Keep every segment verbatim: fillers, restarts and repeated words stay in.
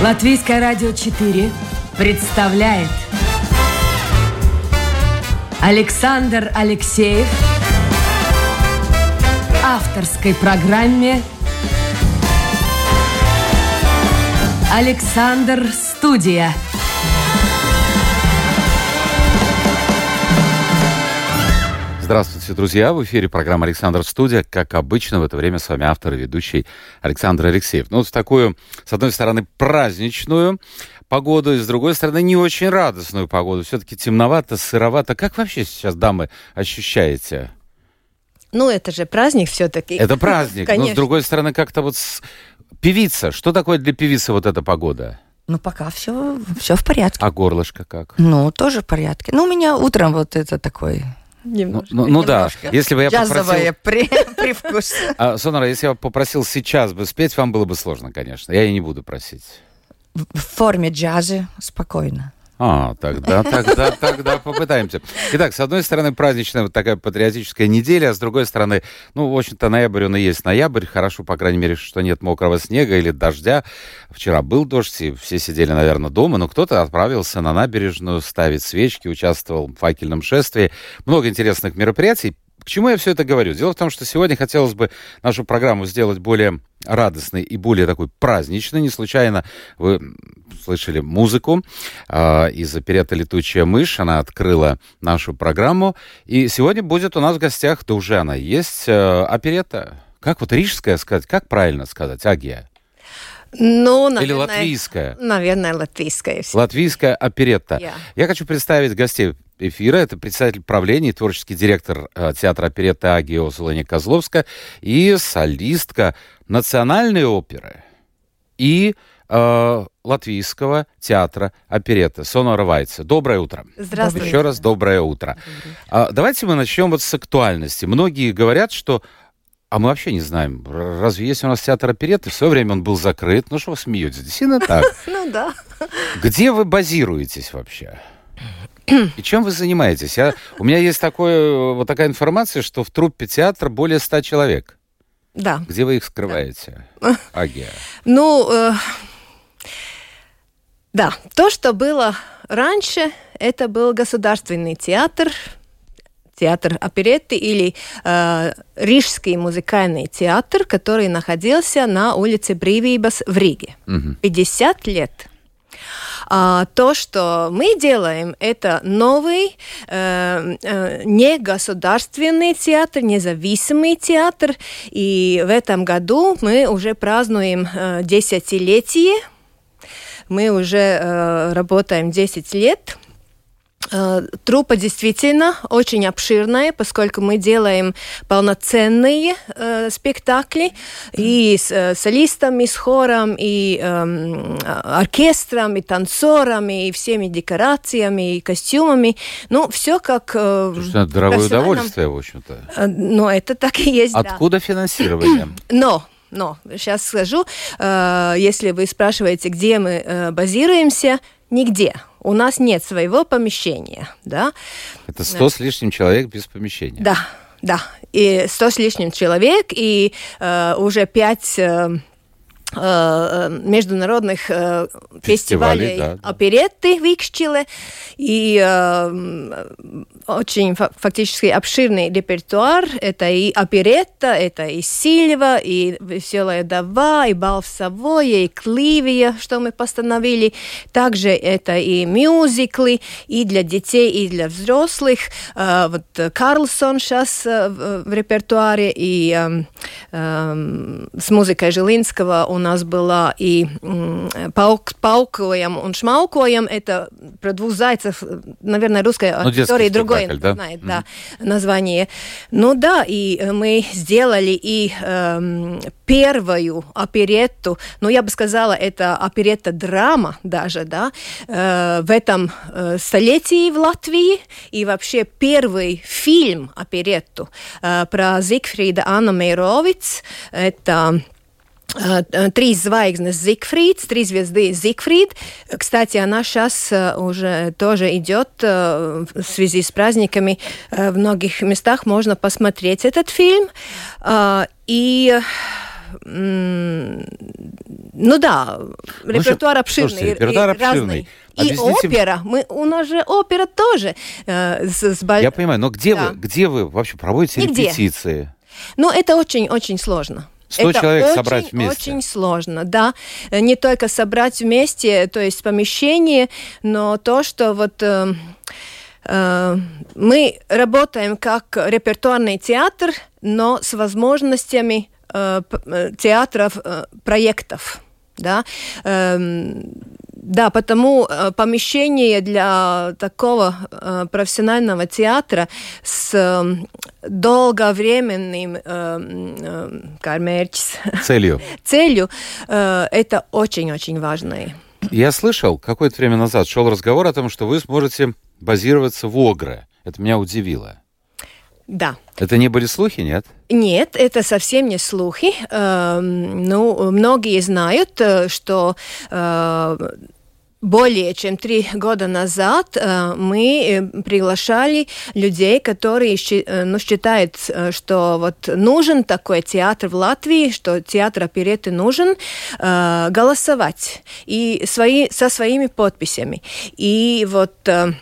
Латвийское радио четыре представляет Александр Алексеев в авторской программе «Александр Студия». Здравствуйте, друзья! В эфире программа «Александр Студия». Как обычно, в это время с вами автор и ведущий Александр Алексеев. Ну, вот в такую, с одной стороны, праздничную погоду, и с другой стороны, не очень радостную погоду. Все-таки темновато, сыровато. Как вообще сейчас, дамы, ощущаете? Ну, это же праздник все-таки. Это праздник, но с другой стороны, как-то вот... С... Певица. Что такое для певицы вот эта погода? Ну, пока все, все в порядке. А горлышко как? Ну, тоже в порядке. Ну, у меня утром вот это такой... Немножко, ну, ну да, если бы я джазовая попросил... привкус. А, Сонара, если я попросил сейчас бы спеть, вам было бы сложно, конечно. Я и не буду просить. В форме джаза спокойно. А, тогда, тогда, тогда попытаемся. Итак, с одной стороны, праздничная вот такая патриотическая неделя, а с другой стороны, ну, в общем-то, ноябрь, он и есть ноябрь. Хорошо, по крайней мере, что нет мокрого снега или дождя. Вчера был дождь, и все сидели, наверное, дома, но кто-то отправился на набережную ставить свечки, участвовал в факельном шествии. Много интересных мероприятий. К чему я все это говорю? Дело в том, что сегодня хотелось бы нашу программу сделать более радостной и более такой праздничной. Не случайно вы слышали музыку э, из оперетты «Летучая мышь». Она открыла нашу программу. И сегодня будет у нас в гостях, да уже она есть, э, оперетта. Как вот рижская сказать? Как правильно сказать? Агия? Ну, наверное, или латвийская? Наверное, латвийская. Латвийская оперетта. Yeah. Я хочу представить гостей эфира. Это председатель правления и творческий директор э, театра оперетты Агия Озолония Козловска и солистка Национальной оперы и э, Латвийского театра оперетты Сонара Вайца. Доброе утро. Здравствуйте. Еще раз доброе утро. А, давайте мы начнем вот с актуальности. Многие говорят, что а мы вообще не знаем, разве есть у нас театр оперетты? В свое время он был закрыт. Ну что вы смеетесь? Действительно так? Ну да. Где вы базируетесь вообще? И чем вы занимаетесь? Я, у меня есть такое, вот такая информация, что в труппе театра более ста человек. Да. Где вы их скрываете, Агия? Ну, э, да, то, что было раньше, это был государственный театр, театр оперетты или э, Рижский музыкальный театр, который находился на улице Брīvības в Риге. Угу. пятьдесят лет. А то, что мы делаем, это новый э, э, негосударственный театр, независимый театр. И в этом году мы уже празднуем э, десятилетие. Мы уже э, работаем десять лет. Труппа действительно очень обширная, поскольку мы делаем полноценные э, спектакли и с э, солистами, с хором, и э, оркестром, и танцорами, и всеми декорациями, и костюмами. Ну, все как... Э, это дорогое удовольствие, в общем-то. Э, но это так и есть, Откуда да. финансирование? Но... Но, сейчас скажу, э, если вы спрашиваете, где мы э, базируемся, нигде. У нас нет своего помещения, да. Это сто с лишним человек без помещения. Да, да. И сто с лишним человек, и э, уже пять... Э, международных э, фестивалей, фестивалей да, оперетты в Икшчиле и э, очень фа- фактически обширный репертуар. Это и оперетта, это и Сильва, и Веселая вдова, и Бал в Савое, и Кливия, что мы постановили. Также это и мюзиклы, и для детей, и для взрослых. Э, вот Карлсон сейчас э, в репертуаре, и э, э, с музыкой Жилинского он у нас была и паук, «Паукоем» и «Шмаукоем». Это про двух зайцев, наверное, русская ну, аудитория другое да? знает Mm-hmm. да, название. Ну да, и мы сделали и э, первую оперетту, ну я бы сказала, это оперетта-драма даже, да, э, в этом э, столетии в Латвии, и вообще первый фильм оперетту э, про Зигфрида Анну Meirovic. Это Три зvaigznes Зигфрид, три звезды Зигфрид. Кстати, она сейчас уже тоже идет в связи с праздниками. В многих местах можно посмотреть этот фильм. И м- ну да, репертуар ну, обширный. Слушайте, репертуар и, обширный. И Объясните... опера. Мы, у нас же опера тоже. Э, с, с... Я понимаю, но где, да. вы, где вы вообще проводите Нигде. репетиции? Ну, это очень-очень сложно. Сто это человек очень, собрать вместе? Очень сложно, да. Не только собрать вместе, то есть помещение, но то, что вот... Э, э, мы работаем как репертуарный театр, но с возможностями э, театров, э, проектов, да. Э, Да, потому э, помещение для такого э, профессионального театра с э, долговременным э, э, kā ir mērķis? Целью. Целью э, это очень-очень важно. Я слышал, какое-то время назад шел разговор о том, что вы сможете базироваться в Огре. Это меня удивило. Да. Это не были слухи, нет? Нет, это совсем не слухи. Э, ну, многие знают, что э, более чем три года назад э, мы приглашали людей, которые ну, считают, что вот нужен такой театр в Латвии, что театр оперетты нужен, э, голосовать и свои, со своими подписями. И вот... Э,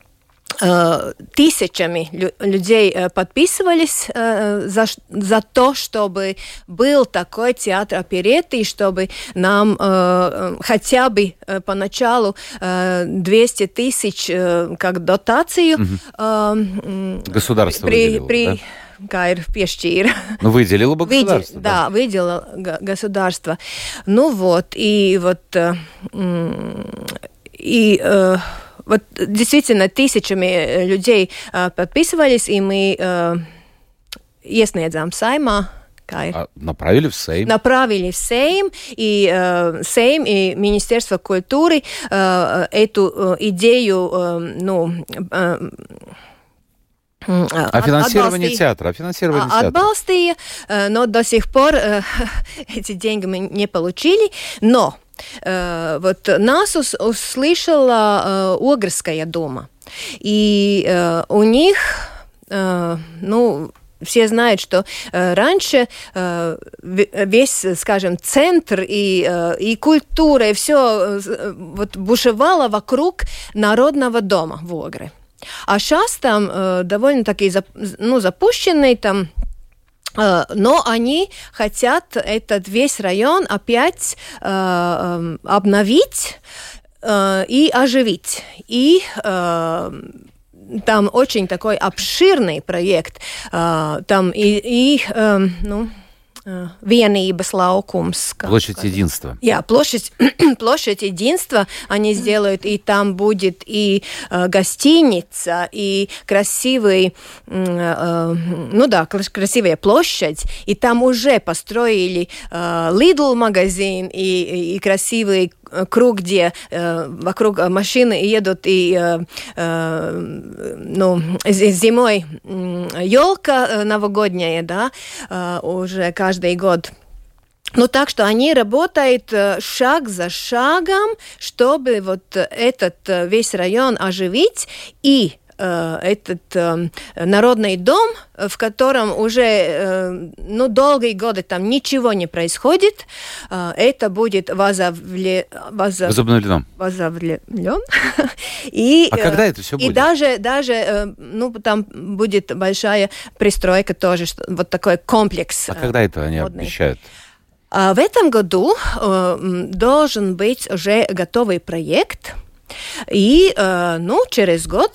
тысячами людей подписывались за, за то, чтобы был такой театр оперетты, и чтобы нам э, хотя бы поначалу э, двести тысяч э, как дотацию э, государство при, выделило, при, да? Kā ir piešķīra. Ну, выделило бы государство. Выдел, да, да, выделило государство. Ну вот, и вот... И... Вот действительно тысячами людей э, подписывались, и мы э, iesniedzām Saimā. А направили в Сейм. Направили в Сейм, и э, Сейм и Министерство культуры э, эту э, идею, э, ну... Э, А финансирование театра? А финансирование театра? Отбалстия, но до сих пор э, эти деньги мы не получили, но э, вот нас ус, услышала э, Огрская дума, и э, у них, э, ну, все знают, что э, раньше э, весь, скажем, центр и, э, и культура, и все э, вот бушевало вокруг Народного дома в Огре. А сейчас там э, довольно-таки зап, ну, запущенный там, э, но они хотят этот весь район опять э, э, обновить э, и оживить. И э, там очень такой обширный проект. Э, там и, и э, ну, Vienības laukums. Площадь единства. Я, площадь, площадь единства они сделают, и там будет и э, гостиница, и красивый, э, ну да, красивая площадь, и там уже построили э, Lidl магазин, и, и красивый круг, где э, вокруг машины едут, и э, э, ну, зимой елка новогодняя, да, э, уже каждый год. Ну, так что они работают шаг за шагом, чтобы вот этот весь район оживить, и этот э, народный дом, в котором уже э, ну, долгие годы там ничего не происходит, э, это будет возобновлено. Возоб... Возобновлено. Возобновлен. И, а когда это все будет? И даже, даже э, ну, там будет большая пристройка тоже, что, вот такой комплекс. А когда это они модный. Обещают? А в этом году э, должен быть уже готовый проект, и э, ну, через год,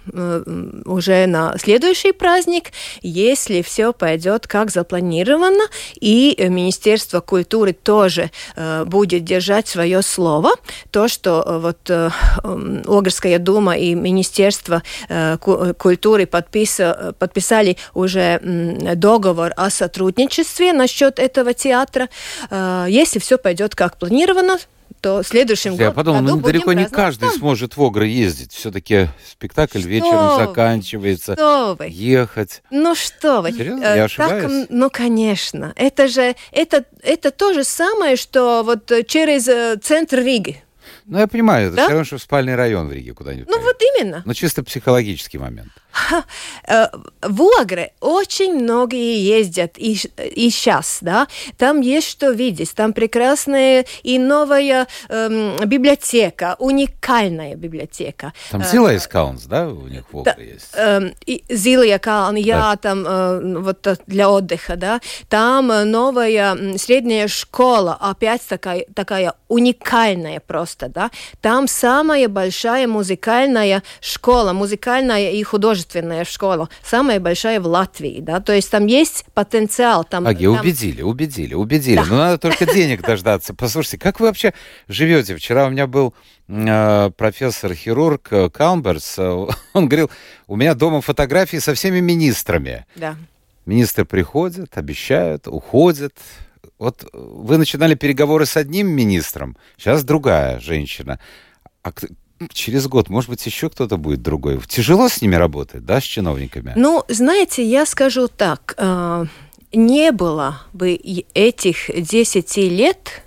уже на следующий праздник, если все пойдет как запланировано, и Министерство культуры тоже э, будет держать свое слово, то, что э, вот э, Огрская дума и Министерство э, культуры подписа, подписали уже э, договор о сотрудничестве насчет этого театра, э, если все пойдет как планировано, то в следующем году... Я подумал, ну далеко не каждый там. Сможет в Огры ездить. Все-таки спектакль что вечером вы? Заканчивается. Что вы? Ехать. Ну что вы? Серьезно? Я ошибаюсь? Так, ну, конечно. Это же это, это то же самое, что вот через центр Риги. Ну, я понимаю, это да? все равно, что в спальный район в Риге куда-нибудь. Ну, поехать. вот именно. Но чисто психологический момент. В Огре очень многие ездят и, и сейчас, да, там есть что видеть, там прекрасная и новая эм, библиотека, уникальная библиотека. Там Зилая Калнс, да, у них в Огре да, есть? Э, Зилая Калнс, я да. там э, вот для отдыха, да, там новая средняя школа, опять такая, такая уникальная просто, да, там самая большая музыкальная школа, музыкальная и художественная школа, самая большая в Латвии, да, то есть там есть потенциал. Там, Аги, там... убедили, убедили, убедили, да. но надо только денег дождаться. Послушайте, как вы вообще живете? Вчера у меня был э, профессор-хирург э, Калмберс, э, он говорил, у меня дома фотографии со всеми министрами. Да. Министры приходят, обещают, уходят. Вот вы начинали переговоры с одним министром, сейчас другая женщина. А через год, может быть, еще кто-то будет другой. Тяжело с ними работать, да, с чиновниками? Ну, знаете, я скажу так. Э, не было бы этих десяти лет,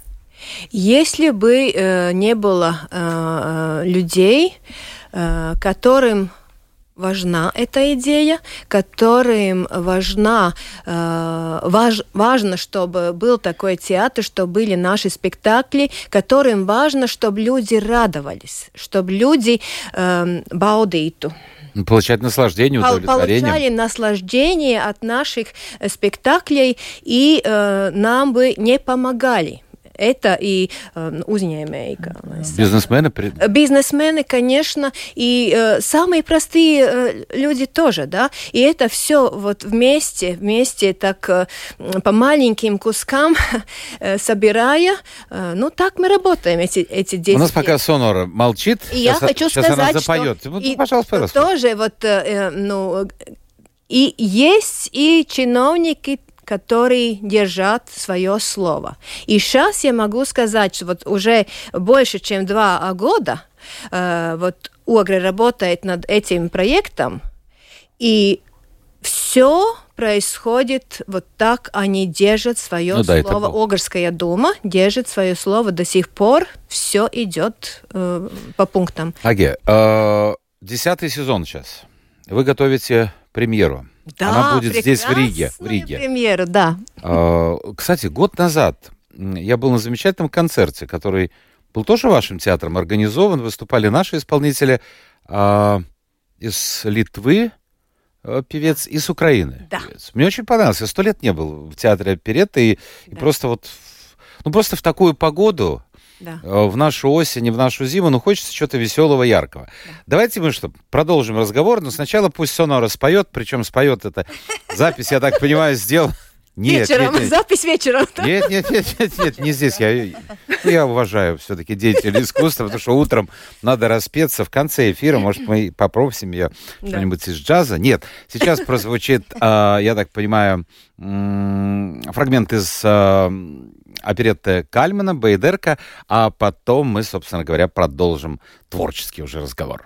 если бы э, не было э, людей, э, которым важна эта идея, которым важна, э, важ, важно, чтобы был такой театр, чтобы были наши спектакли, которым важно, чтобы люди радовались, чтобы люди э, баудиту. Получать наслаждение, удовлетворение. Получали наслаждение от наших спектаклей, и э, нам бы не помогали. Это и э, uzņēmēji. Бизнесмены? Бизнесмены, конечно, и э, самые простые э, люди тоже, да. И это все вот вместе, вместе так э, по маленьким кускам э, собирая, э, ну так мы работаем эти, эти десять лет. У нас пока Сонора молчит, и сейчас, я хочу сейчас сказать, она запоет. Что ну, и пожалуйста, пожалуйста. Тоже вот, э, ну, и есть и чиновники, которые держат свое слово. И сейчас я могу сказать, что вот уже больше, чем два года э, вот Огре работает над этим проектом, и все происходит вот так, они держат свое ну, да, слово. Огрская дума держит свое слово до сих пор, все идет э, по пунктам. Аге, э, десятый сезон сейчас. Вы готовите премьеру. Да, она будет здесь, в Риге. В Риге. Премьеру, да. Э, кстати, год назад я был на замечательном концерте, который был тоже вашим театром организован. Выступали наши исполнители э, из Литвы, э, певец, и с Украины. Да. Певец. Мне очень понравился. Я сто лет не был в театре оперетты, и, да. и просто вот, ну просто в такую погоду, да. э, в нашу осень и в нашу зиму, ну хочется чего-то веселого, яркого. Да. Давайте мы что, продолжим разговор, но сначала пусть Сонора споет, причем споет это, запись, я так понимаю, сделал... Нет, вечером, нет, нет. запись вечером. Нет, нет, нет, нет, нет, не здесь. Я, ну, я уважаю все-таки деятелей искусства, потому что утром надо распеться. В конце эфира, может, мы попросим ее да. что-нибудь из джаза. Нет, сейчас прозвучит, э, я так понимаю, э, фрагмент из э, оперетты Кальмана, Бейдерка, а потом мы, собственно говоря, продолжим творческий уже разговор.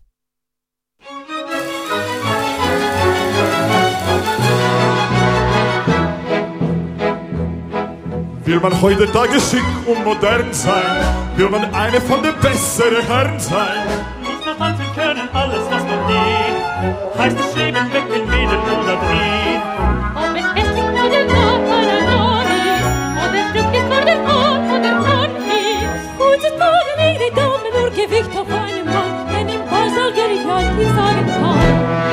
Will man heutzutage schick und modern sein? Will man eine von den besseren Herren sein? Nicht nur tanzen können, alles was man geht, heißt es schweben, wecken, wedeln oder drehen. Ob es Festing oder Tag oder Nori, ob es Stück ist für den Ort oder Party. Heutzutage legt die Dame nur Gewicht auf einen Mann, wenn im Ballsaal gerichtet die sagen kann.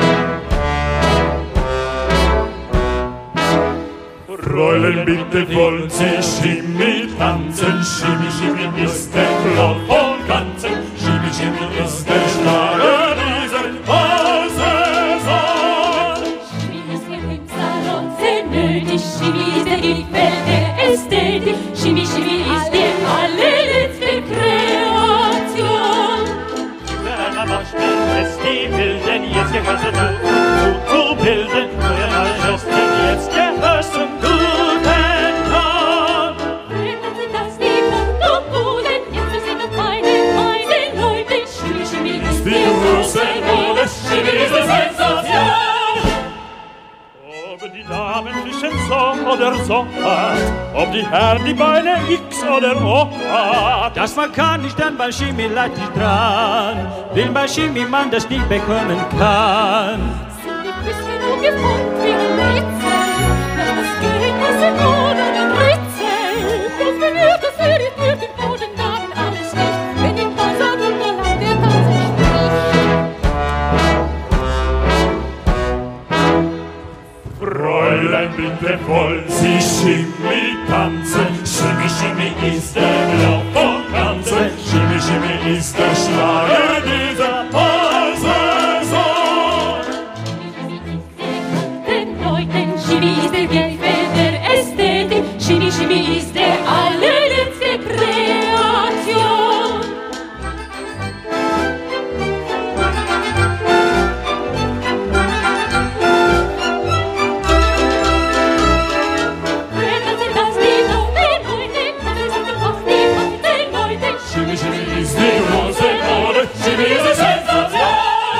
Fräulein, bitte wollen Sie Schimmel tanzen? Schimmel, Schimmel ist der Knopf vom Ganzen. Schimmel, Schimmel ist der Schlager dieser Haussaison. Schimmel ist für den Salon sehr nötig. Schimmel ist der Gipfel der Ästhetik. Schimmel, Schimmel ist die allerletzte Kreation. Wer Mama spielt es die Wilden, jetzt gehörst du zu, zu bilden. Wer Mama spielt jetzt gehörst du zu. Ob die Damen zwischen so oder so hat, ob die Herren die Beine X oder O hat, das man kann nicht, denn bei Chemie leid nicht dran, will bei Chemie man das nicht bekommen kann. geformt wie ein Rätsel. Lass das Geld, was im Boden ein Rätsel. Das berührt, das irritiert den Boden, dann alles nicht. Wenn im Wasser Wunderland der Tanz spricht. Fräulein, bitte wollen Sie Schimmi tanzen? Schimmi, Schimmi ist der Blau vom Ganzen. Schimmi, Schimmi ist der Schlager dieser Saison. Den Leuten, Schimmi ist der Gipfel der Ästhetik. Schimmi, Schimmi ist der allerletzte Kreation. Wer tanzt denn das Lied auf den Leuten? Was ist das denn auf die von den Leuten? Schimmi, Schimmi ist die große Mode. Schimmi ist die Sensation.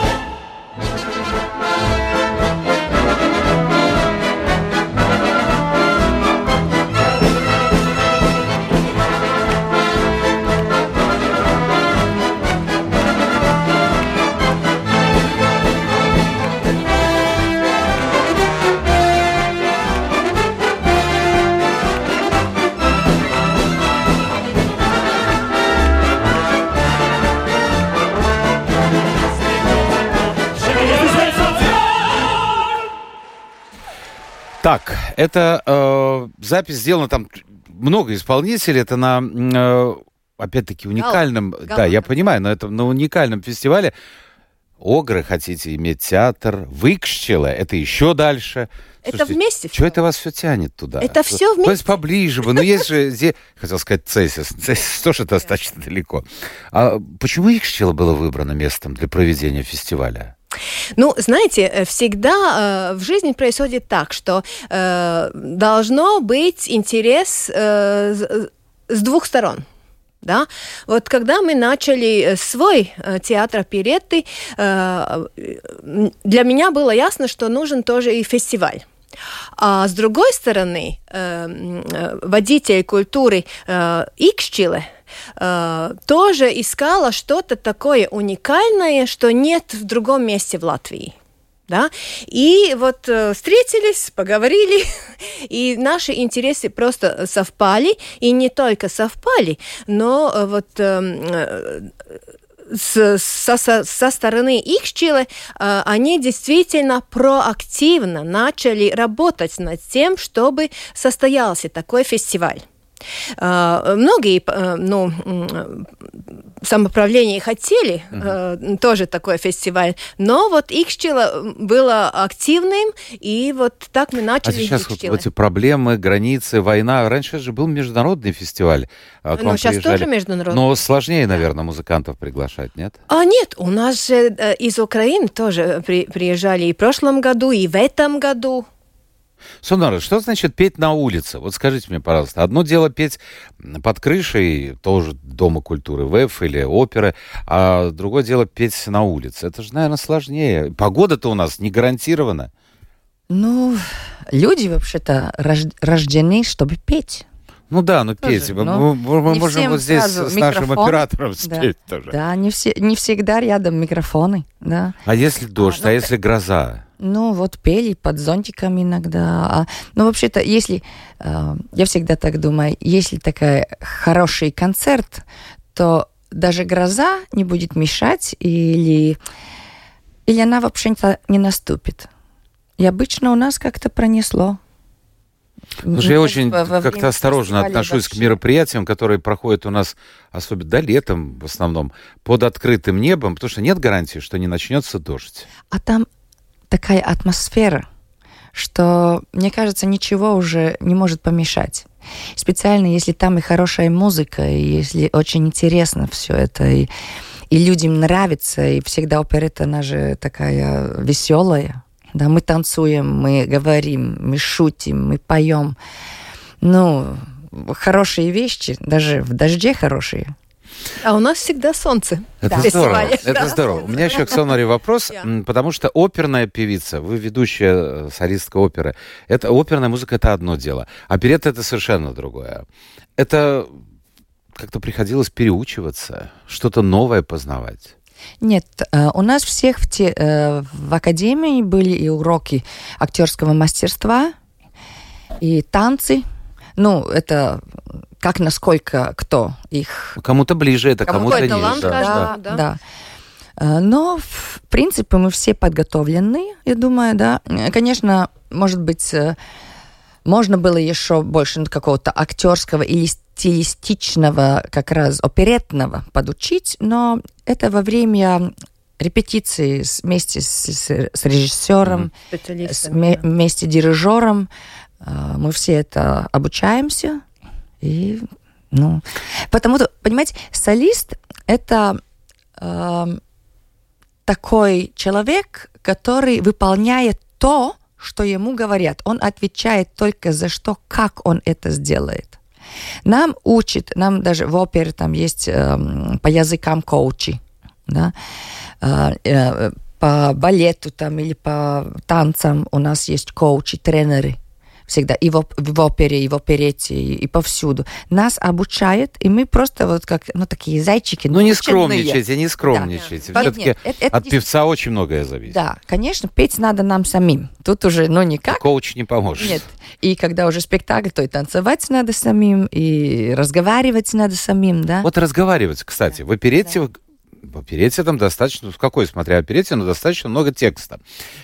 Так, это э, запись сделана там много исполнителей, это на, э, опять-таки, уникальном... Гал. Да, Гал. я понимаю, но это на уникальном фестивале. Огры хотите иметь театр, Выкшчела, это еще дальше. Это вместе Что всё. это вас все тянет туда? Это всё То вместе. есть поближе бы. Но есть же, здесь, хотел сказать, Цесис. Цесис тоже достаточно далеко. А почему Выкшчела было выбрано местом для проведения фестиваля? Ну, знаете, всегда э, в жизни происходит так, что э, должно быть интерес э, с, с двух сторон. Да? Вот когда мы начали свой э, театр оперетты, э, для меня было ясно, что нужен тоже и фестиваль. А с другой стороны, э, водитель культуры э, Икшчиле э, тоже искала что-то такое уникальное, что нет в другом месте в Латвии. Да? И вот э, встретились, поговорили, и наши интересы просто совпали, и не только совпали, но э, вот... Э, С, со, со стороны Икшчиле э, они действительно проактивно начали работать над тем, чтобы состоялся такой фестиваль. Э, многие э, ну, самоуправления хотели э, тоже такой фестиваль, но вот Икшчила было активным, и вот так мы начали. А сейчас вот эти проблемы, границы, война. Раньше же был международный фестиваль. К Ну, вам сейчас приезжали. тоже международный. Но сложнее, наверное, музыкантов приглашать, нет? А нет, у нас же э, из Украины тоже при, приезжали и в прошлом году, и в этом году. Сонара, что значит петь на улице? Вот скажите мне, пожалуйста. Одно дело петь под крышей, тоже Дома культуры, ВЭФ или оперы, а другое дело петь на улице. Это же, наверное, сложнее. Погода-то у нас не гарантирована. Ну, люди вообще-то рож- рождены, чтобы петь. Ну да, ну Тоже, пейте. Мы, ну, мы- мы не можем всем вот здесь сразу с нашим микрофон. оператором Да. спеть тоже. Да, не, все, не всегда рядом микрофоны, да. А если дождь, а, ну, если гроза? Ну, вот пели под зонтиком иногда. А, ну, вообще-то, если... э, я всегда так думаю, если такой хороший концерт, то даже гроза не будет мешать или, или она вообще-то не наступит. И обычно у нас как-то пронесло. Слушай, я очень Во- во как-то время осторожно фестиваля отношусь к вообще. мероприятиям, которые проходят у нас, особенно да, летом в основном, под открытым небом, потому что нет гарантии, что не начнется дождь. А там такая атмосфера, что, мне кажется, ничего уже не может помешать. Специально, если там и хорошая музыка, и если очень интересно все это, и, и людям нравится, и всегда оперетта, она же такая веселая. Да, мы танцуем, мы говорим, мы шутим, мы поем. Ну, хорошие вещи, даже в дожде хорошие. А у нас всегда солнце. Это в здорово, фестивале. это Да. здорово. У меня еще к Сонаре вопрос, Я. м, потому что оперная певица, вы ведущая э, солистка оперы, это оперная музыка — это одно дело, оперетта — это совершенно другое. Это как-то приходилось переучиваться, что-то новое познавать. Нет, у нас всех в, те, в академии были и уроки актерского мастерства, и танцы. Ну, это как насколько кто их... Кому-то ближе это, кому-то нет. Талант Да, каждого, да. да. да. Но, в принципе, мы все подготовлены, я думаю, да. Конечно, может быть, можно было еще больше какого-то актерского или стилистичного, как раз оперетного подучить, но это во время репетиции вместе с, с, с режиссером, Mm-hmm. с, ме, вместе с дирижером. Мы все это обучаемся. И, ну, потому что, понимаете, солист – это э, такой человек, который выполняет то, что ему говорят. Он отвечает только за что, как он это сделает. Нам учат, нам даже в опере там есть э, по языкам коучи, да? э, э, по балету там, или по танцам у нас есть коучи, тренеры. Всегда и в, в опере, и в оперете, и, и повсюду. Нас обучают, и мы просто вот как, ну, такие зайчики. Ну, не скромничайте, не скромничайте. Да. Все-таки Нет, это, это от действительно... певца очень многое зависит. Да, конечно, петь надо нам самим. Тут уже, ну, никак. Коуч не поможет. Нет. И когда уже спектакль, то и танцевать надо самим, и разговаривать надо самим, да. Вот разговаривать, кстати. В оперете... Да. В оперете там достаточно... В какой, смотря оперете, но достаточно много текста.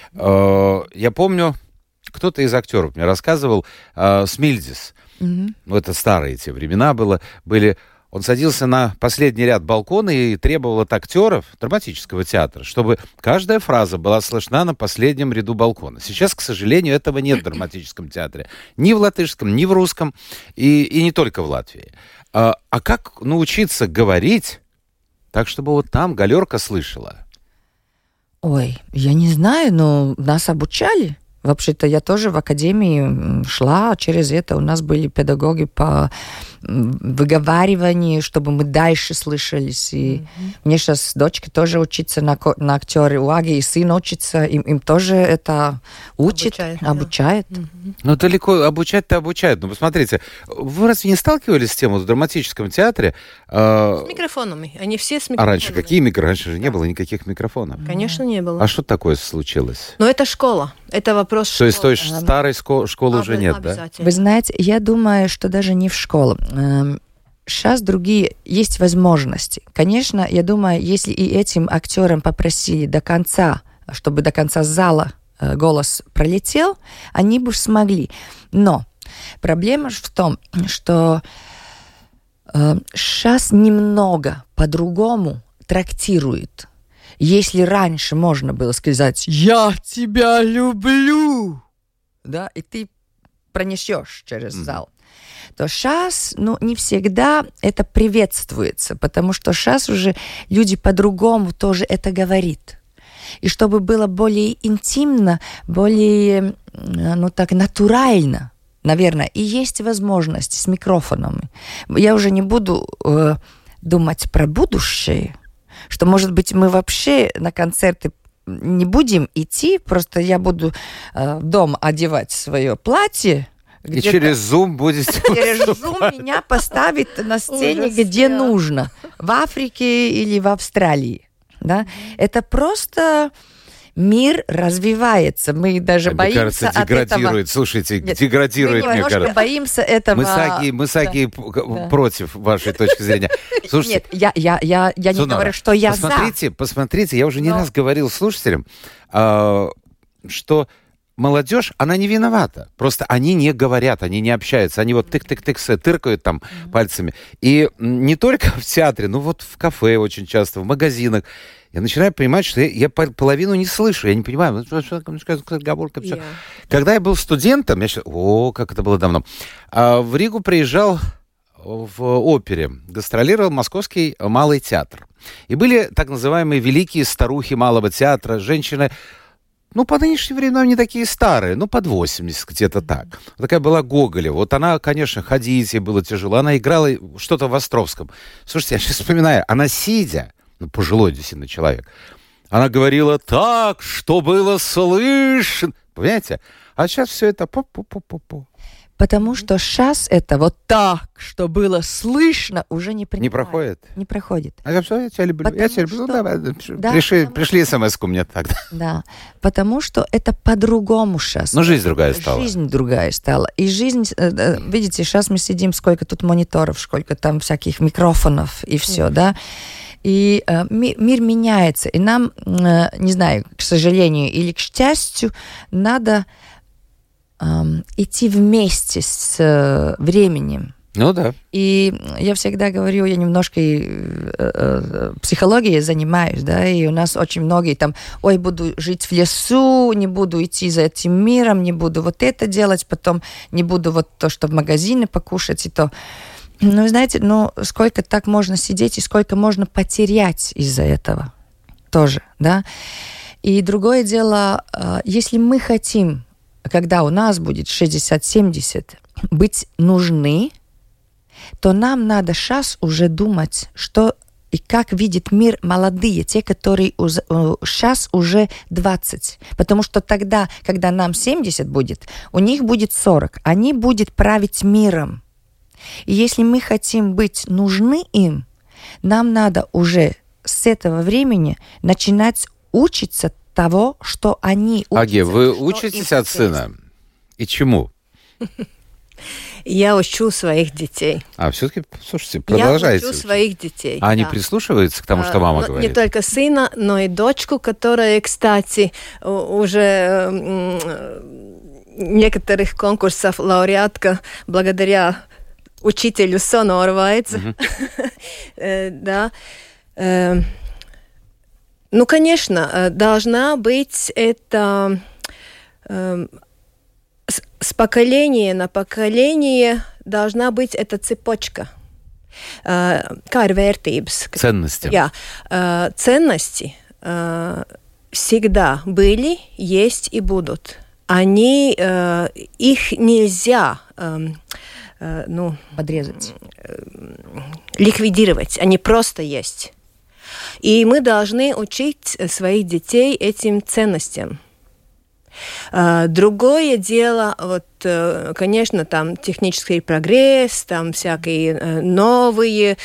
Я помню... Кто-то из актеров мне рассказывал, э, Смильдис, mm-hmm. ну, это старые те времена было, были, он садился на последний ряд балкона и требовал от актеров драматического театра, чтобы каждая фраза была слышна на последнем ряду балкона. Сейчас, к сожалению, этого нет в драматическом театре. Ни в латышском, ни в русском, и, и не только в Латвии. А, а как научиться говорить так, чтобы вот там галерка слышала? Ой, я не знаю, но нас обучали. Вообще-то я тоже в академии шла через это. У нас были педагоги по выговариванию, чтобы мы дальше слышались. И mm-hmm. мне сейчас дочка тоже учится на, на актере. У Аги и сын учится. Им, им тоже это учит, обучает. обучает. Да. Mm-hmm. Ну, далеко обучать-то обучают. Но посмотрите, вы разве не сталкивались с тем вот в драматическом театре? Э... С микрофонами. Они все с микрофонами. А раньше какие микрофоны? Раньше же не было никаких микрофонов. Конечно, не было. А что такое случилось? Ну, это школа. Это вопрос школы. То есть той а, старой шко- школы а, уже нет, да? Вы знаете, я думаю, что даже не в школу. Сейчас другие есть возможности. Конечно, я думаю, если и этим актерам попросили до конца, чтобы до конца зала голос пролетел, они бы смогли. Но проблема в том, что э, сейчас немного по-другому трактируют. Если раньше можно было сказать «Я тебя люблю», да, и ты пронесешь через mm-hmm. зал, то сейчас, ну, не всегда это приветствуется, потому что сейчас уже люди по-другому тоже это говорят. И чтобы было более интимно, более, ну, так, натурально, наверное, и есть возможность с микрофонами. Я уже не буду э, думать про будущее, что, может быть, мы вообще на концерты не будем идти, просто я буду э, дома одевать свое платье. И через Zoom будете... Через Zoom меня поставить на сцене, ужас, где да. нужно. В Африке или в Австралии. Да? Mm-hmm. Это просто... Мир развивается. Мы даже а, боимся кажется, от этого... деградирует. Слушайте, Нет, деградирует, мне кажется. Мы боимся этого... Мы с Аги, мы с Аги да. против вашей точки зрения. Слушайте, Нет, я, я, я, я не Зунара, говорю, что я посмотрите, за. Посмотрите, я уже не Но... раз говорил слушателям, э, что молодежь, она не виновата. Просто они не говорят, они не общаются. Они вот тык-тык-тык тыркают там mm-hmm. пальцами. И не только в театре, но вот в кафе очень часто, в магазинах. Я начинаю понимать, что я, я половину не слышу, я не понимаю, что, что, что, что, оговорка, все. Yeah. Когда я был студентом, я считаю, о, как это было давно, а в Ригу приезжал в опере, гастролировал Московский малый театр. И были так называемые великие старухи малого театра, женщины, ну, по нынешним временам не такие старые, ну, под восемьдесят, где-то так. Вот такая была Гоголева. Вот она, конечно, ходить ей было тяжело, она играла что-то в Островском. Слушайте, я сейчас вспоминаю, она сидя, ну, пожилой действительно человек. Она говорила так, что было слышно. Понимаете? А сейчас все это по-по-по-по-по. Потому что сейчас это вот так, что было слышно, уже не принимает. Не проходит? Не проходит. А я все, я тебя люблю. Потому я тебя люблю. что... Ну, давай, да, пришли, потому... пришли смс-ку мне тогда. Да, потому что это по-другому сейчас. Ну, жизнь другая стала. Жизнь другая стала. И жизнь, видите, сейчас мы сидим, сколько тут мониторов, сколько там всяких микрофонов и все, mm. да. И э, ми, мир меняется. И нам, э, не знаю, к сожалению или к счастью, надо э, идти вместе с э, временем. Ну да. И я всегда говорю, я немножко и, э, э, психологией занимаюсь, да, и у нас очень многие там, ой, буду жить в лесу, не буду идти за этим миром, не буду вот это делать, потом не буду вот то, что в магазине покушать и то. Ну, знаете, ну, сколько так можно сидеть и сколько можно потерять из-за этого тоже, да. И другое дело, если мы хотим, когда у нас будет шестьдесят-семьдесят, быть нужны, то нам надо сейчас уже думать, что и как видит мир молодые, те, которые сейчас уже двадцать. Потому что тогда, когда нам семьдесят будет, у них будет сорок, они будут править миром. И если мы хотим быть нужны им, нам надо уже с этого времени начинать учиться того, что они учатся. Аге, вы учитесь от сына? И чему? Я учу своих детей. А, все-таки, слушайте, продолжайте. Я учу своих детей. А да. они прислушиваются к тому, что мама а, говорит? Не только сына, но и дочку, которая, кстати, уже некоторых конкурсов лауреатка благодаря учителю Сонор Вайц. Да. Ну, конечно, должна быть это с поколения на поколение должна быть эта цепочка. Kā ir vērtības? Ценности. Jā, ценности всегда были, есть и будут. Они, их нельзя ну, подрезать, ликвидировать. Они просто есть. И мы должны учить своих детей этим ценностям. Другое дело, вот, конечно, там технический прогресс, там всякие новые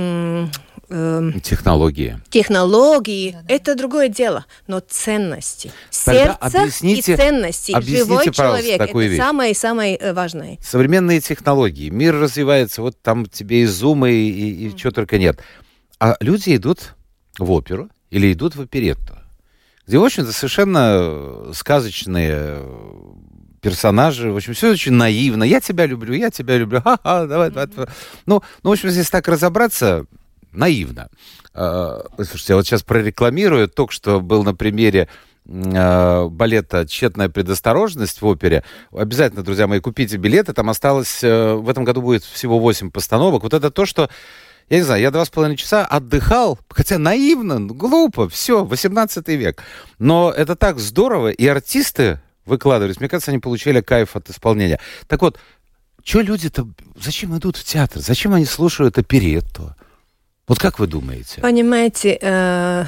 технологии. Технологии, да, да. Это другое дело, но ценности. Тогда сердце объясните, и ценности. объясните, живой человек, это вещь. самое-самое важное. Современные технологии, мир развивается, вот там тебе и зумы, и, и, и mm. чего только нет. А люди идут в оперу или идут в оперетту, где, в общем-то, совершенно сказочные персонажи, в общем, все очень наивно. Я тебя люблю, я тебя люблю, ха-ха, давай, давай. Mm-hmm. Ну, ну, в общем, если так разобраться, наивно. Слушайте, я вот сейчас прорекламирую. Только что был на примере балета «Тщетная предосторожность» в опере. Обязательно, друзья мои, купите билеты. Там осталось... В этом году будет всего восемь постановок. Вот это то, что... Я не знаю, я два с половиной часа отдыхал, хотя наивно, глупо, все, восемнадцатый век. Но это так здорово, и артисты выкладывались. Мне кажется, они получили кайф от исполнения. Так вот, что люди-то... Зачем идут в театр? Зачем они слушают оперетту? Вот как вы думаете? Понимаете, э,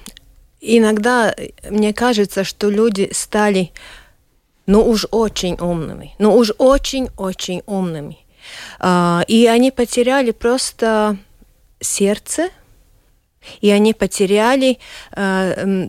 иногда мне кажется, что люди стали, ну уж очень умными, ну уж очень-очень умными. Э, и они потеряли просто сердце, и они потеряли э,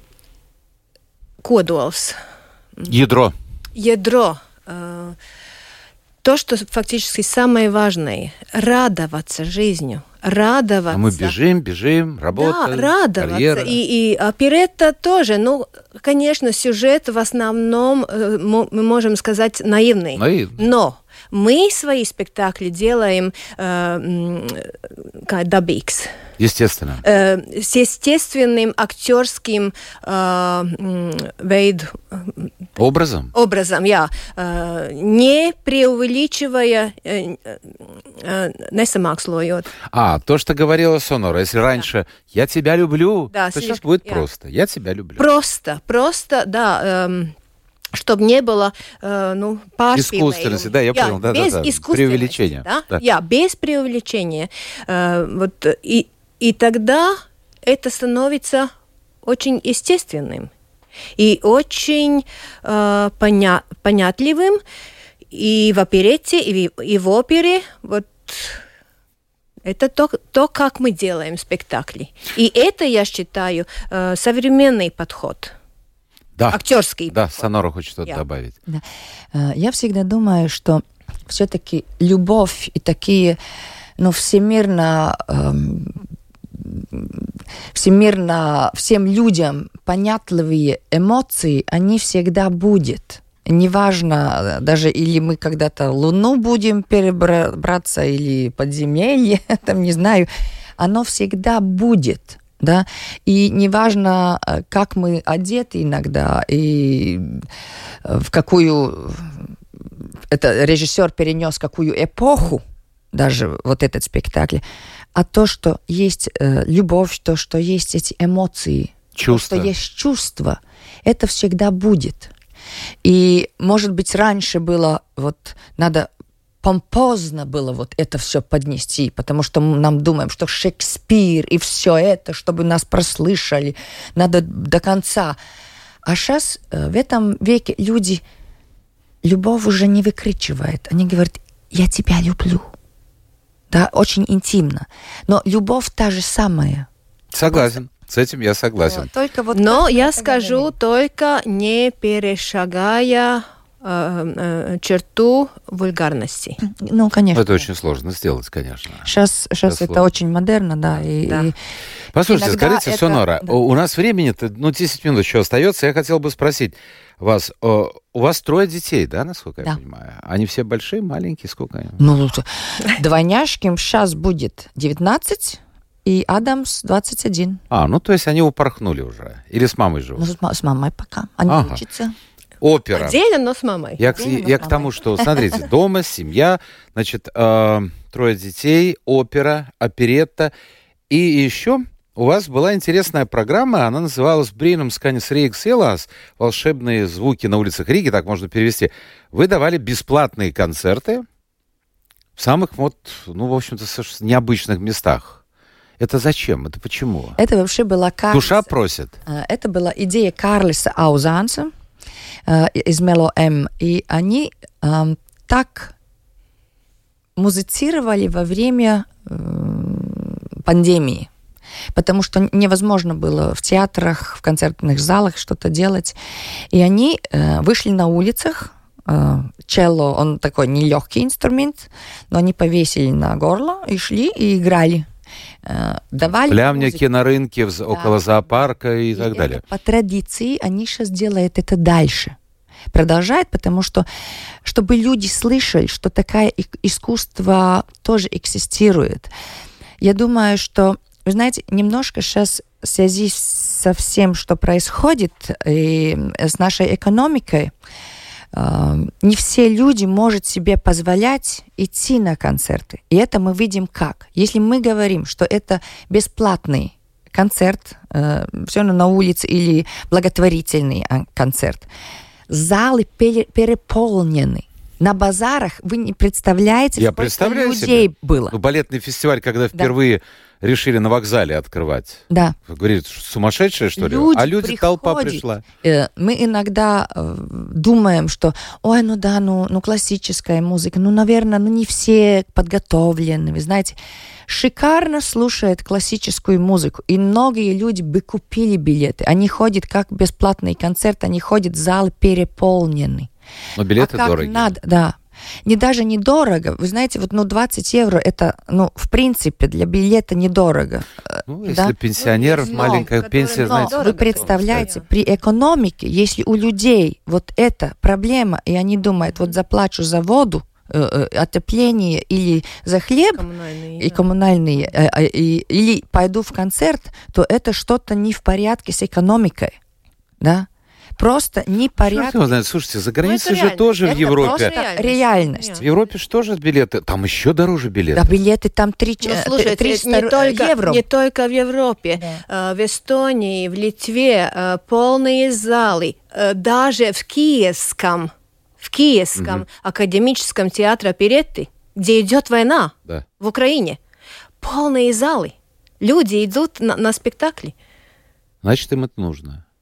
кодолс. Ядро. Ядро. Э, то, что фактически самое важное – радоваться жизнью. Радоваться. А мы бежим, бежим, работа, да, радоваться. Карьера. И, и оперетта тоже. Ну, конечно, сюжет в основном, мы можем сказать, наивный. Наивный. Но мы свои спектакли делаем э, как dabīgs. Естественно. Э, с естественным актерским э, вейду. Образом? Образом, jā. Э, не преувеличивая, э, э, несамакслojot. А, то, что говорила Сонора, если да. раньше «я тебя люблю», да, то слишком, сейчас будет jā. просто «я тебя люблю». Просто, просто, да, эм, чтобы не было, э, ну, искусственности, да, я jā, понял, да, без да, да, преувеличения. Да? Да. Jā, без преувеличения. Э, вот, и, и тогда это становится очень естественным. И очень э, поня- понятливым и в оперете, и в, и в опере. Вот это то, то, как мы делаем спектакли. И это, я считаю, э, современный подход. Да. Актерский Да, подход. Сонора хочет что-то Я. добавить. Да. Я всегда думаю, что все-таки любовь и такие, ну, всемирно, эм, всемирно всем людям понятливые эмоции, они всегда будут. Неважно, даже или мы когда-то Луну будем перебраться, или подземелье, там, не знаю, оно всегда будет. Да? И неважно, как мы одеты иногда, и в какую это режиссер перенес какую эпоху, даже вот этот спектакль, а то, что есть э, любовь, то, что есть эти эмоции, Чувства. то, что есть чувство, это всегда будет. И, может быть, раньше было, вот, надо помпозно было вот это все поднести, потому что мы нам думаем, что Шекспир и все это, чтобы нас прослышали, надо до конца. А сейчас э, в этом веке люди любовь уже не выкрикивают. Они говорят: я тебя люблю. Да, очень интимно. Но любовь та же самая. Согласен. С этим я согласен. Вот, только вот Но я это скажу, говорит. только не перешагая э, э, черту вульгарности. Ну, конечно. Это очень сложно сделать, конечно. Сейчас, сейчас это сложно. очень модерно, да. И, Да. и Послушайте, иногда скажите, это- Сонора, да. у нас времени-то, ну, десять минут еще остается. Я хотел бы спросить вас, о, у вас трое детей, да, насколько я Да. понимаю? Они все большие, маленькие, сколько они? Ну, двойняшким сейчас будет девятнадцать, и Адамс двадцать один. А, ну, то есть они упорхнули уже. Или с мамой Ну, живут? с, ма- с мамой пока. Они Ага. учатся. Опера. Отдельно, но с мамой. Я, к- Отдельно, я но к с тому, мамой. что, смотрите, дома, семья, значит, э, трое детей, опера, оперетта. И еще у вас была интересная программа, она называлась «Бринум сканис рейкс елас», «Волшебные звуки на улицах Риги», так можно перевести. Вы давали бесплатные концерты в самых вот, ну, в общем-то, совершенно необычных местах. Это зачем? Это почему? Это вообще была Карлиса. Душа просит. э, Это была идея Карлиса Аузанса э, из Мело М. И они эм, так музицировали во время э, пандемии. Потому что невозможно было в театрах, в концертных залах что-то делать. И они э, вышли на улицах. Э, челло, он такой нелегкий инструмент, но они повесили на горло и шли и играли. Э, давали Плямники музыку. на рынке, в- около зоопарка и, И так это далее. по традиции они сейчас делают это дальше. Продолжает, потому что, чтобы люди слышали, что такое и- искусство тоже экзистирует. Я думаю, что, вы знаете, немножко сейчас в связи со всем, что происходит и с нашей экономикой, э, не все люди могут себе позволять идти на концерты. И это мы видим как. Если мы говорим, что это бесплатный концерт, э, все равно на улице, или благотворительный а, концерт, залы пере- переполнены. На базарах вы не представляете, Я сколько представляю людей себе. было. Ну, балетный фестиваль, когда впервые решили на вокзале открывать. Да. Вы говорите, что сумасшедшие, что ли? Люди А люди, толпа приходят. пришла. Э, Мы иногда э, думаем, что, ой, ну да, ну, ну классическая музыка, ну, наверное, ну не все подготовлены. Вы знаете, шикарно слушают классическую музыку, и многие люди бы купили билеты. Они ходят как бесплатный концерт, они ходят, залы переполнены. Но билеты а как дорогие. надо, да. Не даже недорого. Вы знаете, вот ну, двадцать евро, это, ну, в принципе, для билета недорого. Ну, Да. если пенсионер, Но, маленькая которые пенсия, но знаете. дорого, Вы представляете, кстати. при экономике, если у людей вот эта проблема, и они думают, вот заплачу за воду, э, э, отопление или за хлеб, Коммунальные, и да. коммунальные, э, э, и- или пойду в концерт, то это что-то не в порядке с экономикой, да? Просто не Черт порядок. его знает. Слушайте, за границей это же реально. тоже в Это Европе. просто Реальность. реальность. В Европе же тоже билеты. Там еще дороже билеты. Да, билеты там три, Ну, слушайте, триста не только, евро. не только в Европе. Да. Э, В Эстонии, в Литве э, полные залы. Э, Даже в Киевском, в Киевском академическом театре оперетты, где идет война Да. в Украине, полные залы. Люди идут на, на спектакли. Значит, им это нужно.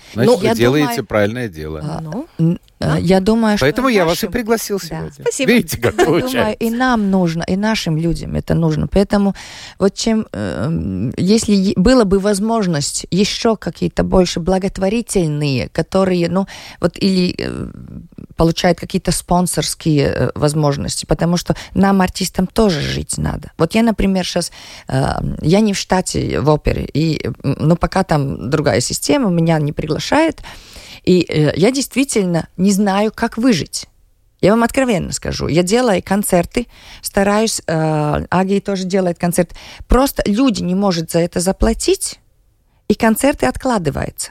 Значит, Ну, вы я делаете думаю, правильное дело. а, Ну, н- а, я думаю, что Поэтому я вас и нашим- пригласил Да. сегодня. Спасибо. Видите, как Я думаю, получается. и нам нужно, и нашим людям это нужно. Поэтому вот чем, э, если е- была бы возможность еще какие-то больше благотворительные, которые, ну, вот или э, получают какие-то спонсорские э, возможности, потому что нам, артистам, тоже жить надо. Вот я, например, сейчас, э, я не в штате в опере, и, ну, пока там другая система, меня не приглашает, и э, я действительно не знаю, как выжить. Я вам откровенно скажу. Я делаю концерты, стараюсь, э, Агия тоже делает концерт. Просто люди не могут за это заплатить, и концерты откладываются.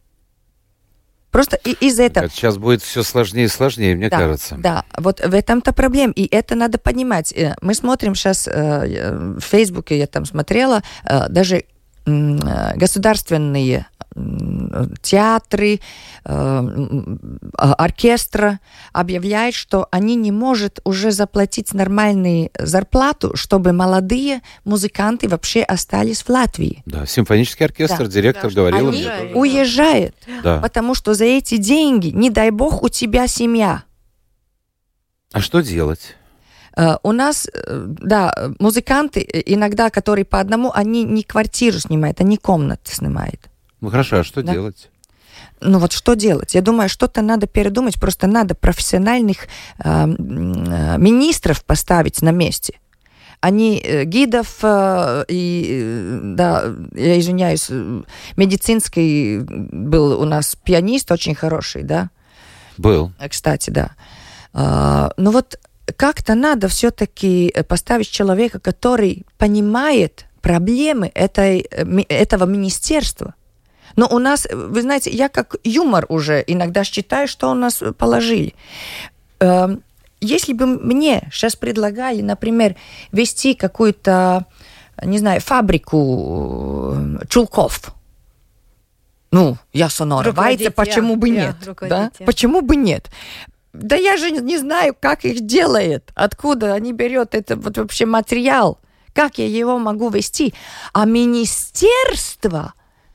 Просто и, из-за этого... Сейчас будет все сложнее и сложнее, мне да, кажется. Да, вот в этом-то проблема, и это надо понимать. Э, Мы смотрим сейчас э, в Фейсбуке, я там смотрела, э, даже м, э, государственные м, театры, э, м, оркестра объявляют, что они не могут уже заплатить нормальную зарплату, чтобы молодые музыканты вообще остались в Латвии. Да, симфонический оркестр, Да. директор Да, говорил они мне уезжают. тоже. Уезжают, Да. потому что за эти деньги, не дай бог, у тебя семья. А что делать? Uh, у нас, uh, да, музыканты иногда, которые по одному, они не квартиру снимают, они комнаты снимают. Ну хорошо, а что Да. делать? Ну вот что делать? Я думаю, что-то надо передумать, просто надо профессиональных uh, uh, министров поставить на месте. Они uh, гидов uh, и, uh, да, я извиняюсь, uh, медицинский был у нас пианист очень хороший, да? Был. Кстати, да. Uh, ну вот как-то надо все-таки поставить человека, который понимает проблемы этой, этого министерства. Но у нас, вы знаете, я как юмор уже иногда считаю, что у нас положили. Если бы мне сейчас предлагали, например, вести какую-то, не знаю, фабрику чулков, ну, я сонора, вайца, почему бы нет? Да? Почему бы нет? Да я же не знаю, как их делает, откуда они берут этот вот вообще материал, как я его могу вести. А министерство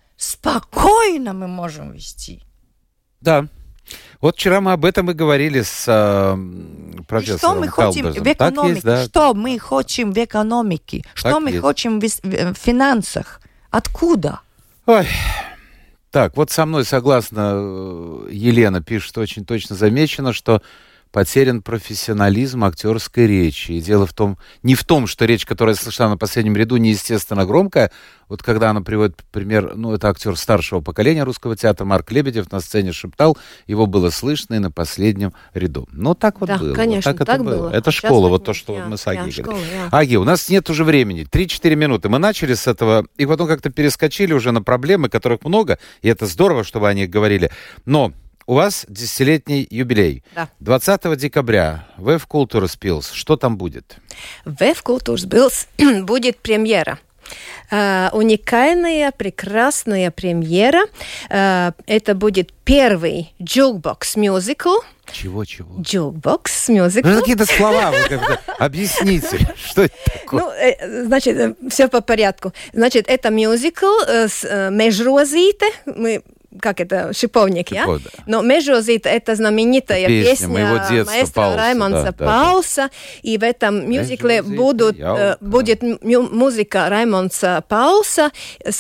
спокойно мы можем вести. Да. Вот вчера мы об этом и говорили с э, профессором Что мы хотим Калберзом. в экономике? Так есть, да. Что мы хотим в экономике? Что Так мы есть. хотим в, в финансах? Откуда? Ой. Так, вот со мной согласна э, Елена пишет, очень точно замечено, что потерян профессионализм актерской речи. И дело в том, не в том, что речь, которая слышна на последнем ряду, неестественно громкая. Вот когда она приводит пример, ну, это актер старшего поколения русского театра Марк Лебедев на сцене шептал, его было слышно и на последнем ряду. Ну, так вот Да, было. конечно, вот так, так это было. было. Это Сейчас школа, так вот нет. то, что Я- мы с Агией я говорим. школа, я. Аги, у нас нет уже времени. три-четыре минуты. Мы начали с этого, и потом как-то перескочили уже на проблемы, которых много, и это здорово, чтобы они говорили. Но у вас десятилетний юбилей. Да. двадцатого декабря Вэв Културас Пилс. Что там будет? Вэв Културс Пилс будет премьера. Uh, уникальная, прекрасная премьера. Uh, это будет первый джукбокс-мюзикл. Чего-чего? Джукбокс-мюзикл. Ну, какие-то слова вы как-то объясните, что это такое? Ну, э, значит, э, все по порядку. Значит, это мюзикл э, с э, Межрозите. Мы как это, шиповник, я? Шиповник, да. Но Межрозит — это знаменитая Песня песня моего детства, маэстро Паулса, Раймонса да, да, Паулса. И в этом мюзикле Межрозита, будут, ялка. э, будет мю- музыка Раймонса Паулса,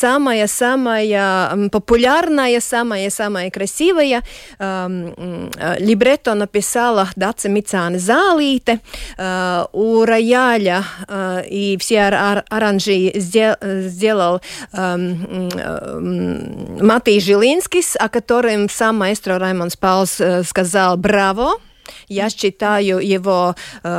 самая-самая м, популярная, самая-самая красивая. Эм, э, либретто написала Даца Мицāne Zālīte. Э, у рояля э, и все ар- ар- оранжи сдел- сделал эм, эм, Матей Жилинский, о котором сам маэстро Раймонс Паулс э, сказал «Браво». Я считаю его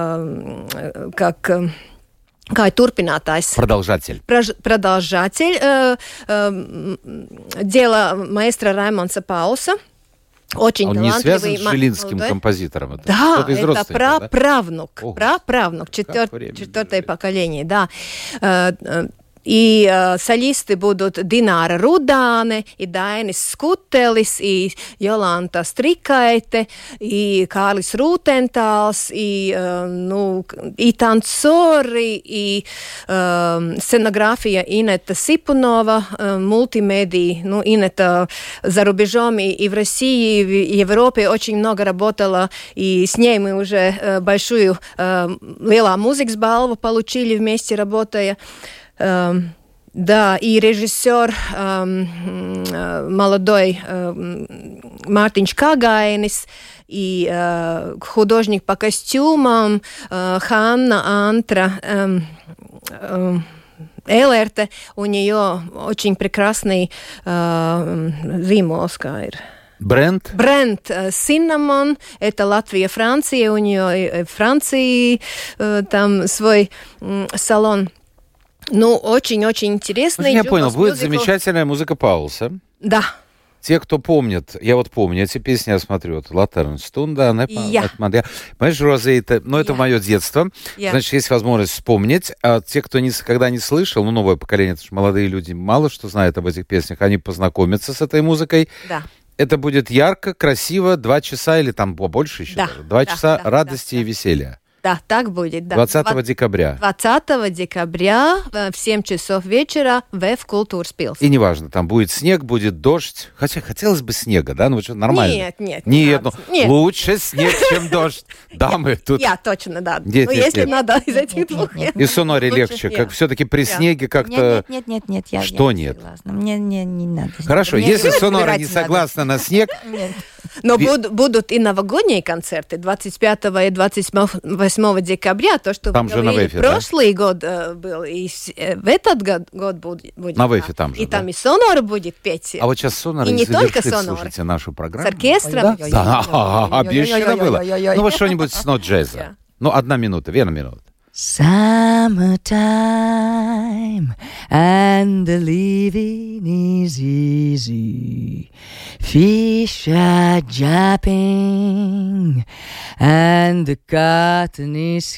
э, как... Э, kā turpinātājs. Продолжатель. Прож- Продолжатель э, э, дела маэстро Раймонса Паулса. Очень Он не талантливый. связан с ма- жилинским молодой. композитором? Это Да, кто-то из это родственников, да? праправнук, Ого. праправнук, четвер- время четвертое бежит. поколение, да. Э, э, И э, солисты будут Дināra Rudāne, и Dainis Skutelis, и Jolanta Strikaite, и Kārlis Rūtentāls, и, э, ну, и танцоры, и э, сценография Инета Сипунова, э, мультимедии. Ну, Инета за рубежом и, и в России, и в Европе очень много работала, и с ней мы уже э, большую э, Lielā mūzikas balvu получили вместе, работая. Uh, да, и режиссер uh, uh, молодой uh, Мартинš Kagainis, и uh, художник по костюмам uh, Ханна Антра uh, uh, Элерте. У нее очень прекрасный zīmols, kā ir. Бренд? Бренд Cinnamon. Это Латвия, Франция. У нее в Франции uh, там свой uh, салон. Ну, очень-очень интересно. Я понял, будет замечательная музыка Паулса. Да. Те, кто помнит, я вот помню эти песни, я смотрю, вот «Латернстунда», я. «Понимаешь, Розейта», ну, это я. мое детство, я. Значит, есть возможность вспомнить. А те, кто никогда не слышал, ну, новое поколение, это же молодые люди, мало что знают об этих песнях, они познакомятся с этой музыкой. Да. Это будет ярко, красиво, два часа или там побольше еще, да. два да, часа да, радости да, и веселья. Да, так будет. Да. двадцатого декабря. двадцатого декабря в семь часов вечера в Культурспилс. И неважно, там будет снег, будет дождь. Хотя хотелось бы снега, да? Ну, что нормально. Нет, нет. Нет, не ну, нет. лучше снег, чем дождь. Да, мы тут... Я точно, да. Нет, Но нет, если нет. надо из этих двух... И Соноре легче, как все-таки при снеге как-то... Нет, нет, нет, нет, я, Что я не нет? согласна. Мне не, не надо. Хорошо, Мне если Сонора выбирать не надо. согласна на снег... Но буд, будут и новогодние концерты двадцать пятого и двадцать восьмого декабря. То, что там вы же говорили, на Вэфе, прошлый да? год э, был, и э, в этот год, год будет. На Вэфе там же, И да? там и Сонора будет петь. А вот сейчас Сонора и не только завершит, Сонора. слушайте, нашу программу. С оркестром. Да, да, обещано было. Ну вот что-нибудь с нот джеза. Ну, одна минута, Вена минута. Summertime and the living is easy. Fish are jumping and the cotton is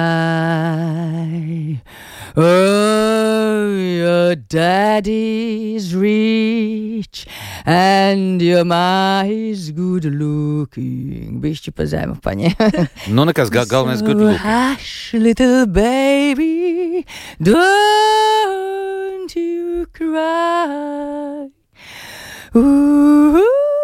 high. Oh, your daddy's rich and your ma is good looking. Bišķi pazēmu paņē. Nu, nekas, gal, galvenais good look. Hush, little baby, don't you cry. Ooh.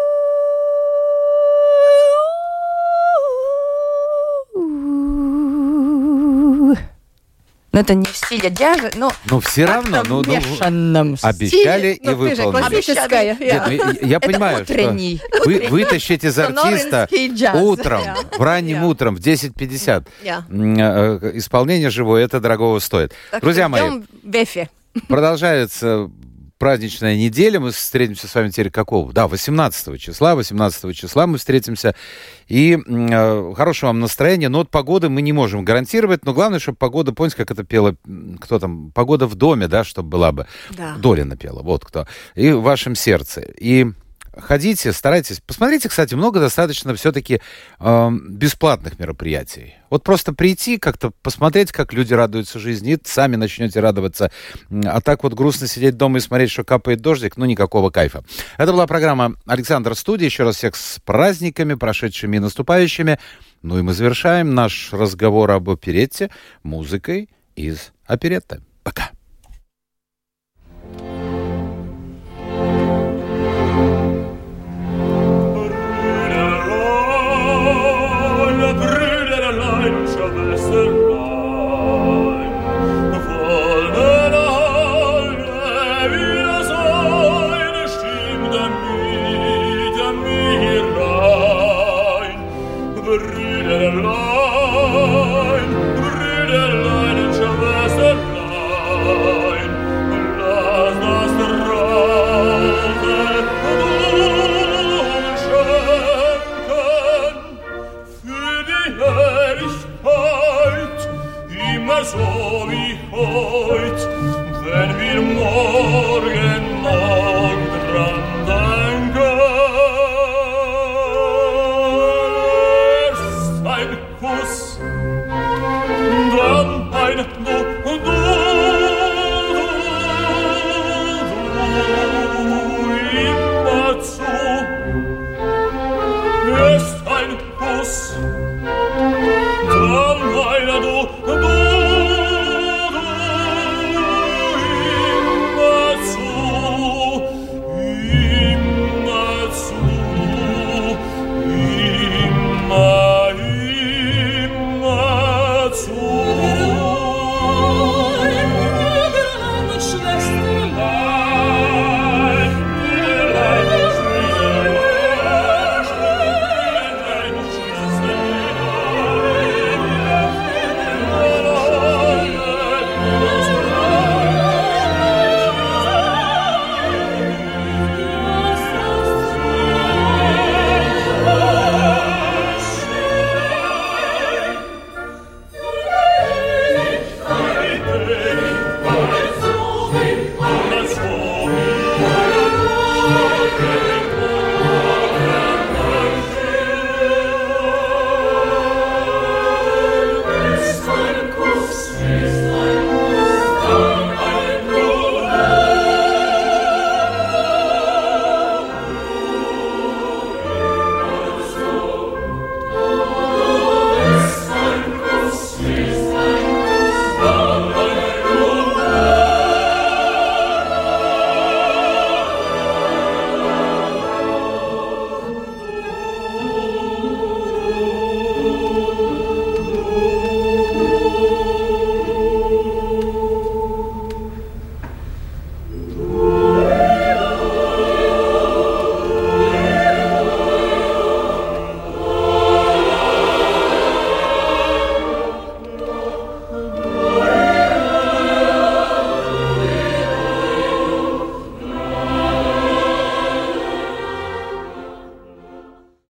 Ну, это не в стиле джаза, но... Ну, все равно, ну, ну, обещали и ну, выполнили. Классическая. Нет, ну, я, я понимаю, что вы вытащить из артиста утром, в ранним утром, в десять пятьдесят исполнение живое, это дорогого стоит. Друзья мои, продолжается праздничная неделя. Мы встретимся с вами теперь какого? Да, восемнадцатого числа. восемнадцатого числа мы встретимся. И э, хорошего вам настроения. Но вот погоды мы не можем гарантировать. Но главное, чтобы погода, помните, как это пела, кто там, погода в доме, да, чтобы была бы. Да. Долина пела, вот кто. И в вашем сердце. И ходите, старайтесь. Посмотрите, кстати, много достаточно все-таки э, бесплатных мероприятий. Вот просто прийти, как-то посмотреть, как люди радуются жизни, и сами начнете радоваться. А так вот грустно сидеть дома и смотреть, что капает дождик, ну, никакого кайфа. Это была программа «Александр Студия». Еще раз всех с праздниками, прошедшими и наступающими. Ну и мы завершаем наш разговор об оперетте музыкой из оперетты. Пока. So wie heut, wenn wir morgen noch dran denken. Erst ein Kuss, dann ein Du, Du, du